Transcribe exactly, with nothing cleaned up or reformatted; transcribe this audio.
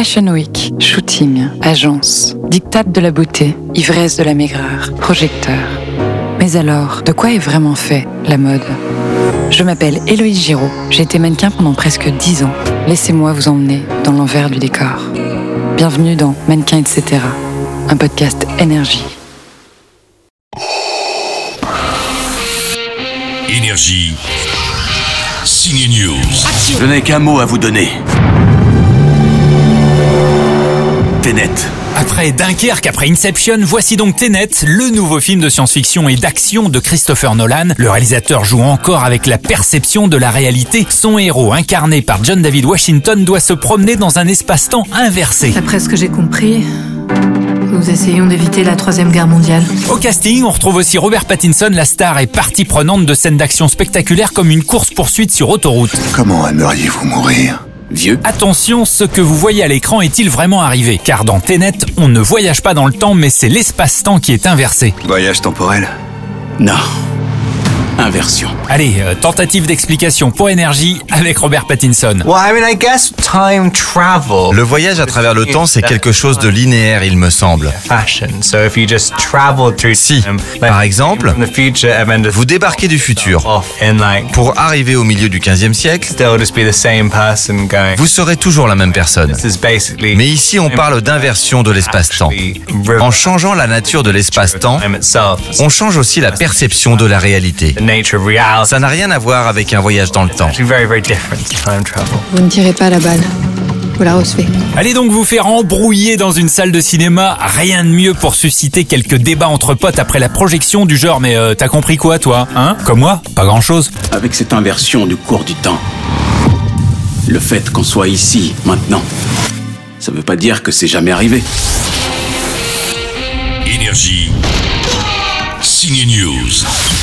Fashion Week, shooting, agence, diktat de la beauté, ivresse de la maigreur, projecteur. Mais alors, de quoi est vraiment fait la mode ? Je m'appelle Héloïse Giraud, j'ai été mannequin pendant presque dix ans. Laissez-moi vous emmener dans l'envers du décor. Bienvenue dans Mannequin et cetera, un podcast Énergie. Énergie, Signe News. Je n'ai qu'un mot à vous donner. Tenet. Après Dunkerque, après Inception, voici donc Tenet, le nouveau film de science-fiction et d'action de Christopher Nolan. Le réalisateur joue encore avec la perception de la réalité. Son héros, incarné par John David Washington, doit se promener dans un espace-temps inversé. D'après ce que j'ai compris, nous essayons d'éviter la troisième guerre mondiale. Au casting, on retrouve aussi Robert Pattinson, la star est partie prenante de scènes d'action spectaculaires comme une course-poursuite sur autoroute. Comment aimeriez-vous mourir ? Vieux. Attention, ce que vous voyez à l'écran est-il vraiment arrivé ? Car dans Tenet, on ne voyage pas dans le temps, mais c'est l'espace-temps qui est inversé. Voyage temporel ? Non. Inversion. Allez, euh, tentative d'explication pour Énergie avec Robert Pattinson. Well, I mean, I guess time travel. Le voyage à travers le temps, c'est quelque chose de linéaire, il me semble. Fashion. So if you just travel through Si, time, par exemple, the future and then just vous débarquez du futur. off in like Pour arriver au milieu du quinzième siècle, still just be the same person going. vous serez toujours la même personne. This is basically. Mais ici, on parle d'inversion de l'espace-temps. En changeant la nature de l'espace-temps, time itself. on change aussi la perception de la réalité. The nature of reality. Ça n'a rien à voir avec un voyage dans le temps. Actually, very very different to time travel. Vous ne tirez pas la balle. Vous la recevez. Allez donc vous faire embrouiller dans une salle de cinéma. Rien de mieux pour susciter quelques débats entre potes après la projection du genre « Mais euh, t'as compris quoi toi ? Hein ? Comme moi ? Pas grand-chose. » Avec cette inversion du cours du temps, le fait qu'on soit ici, maintenant, ça veut pas dire que c'est jamais arrivé. Énergie, Signe News.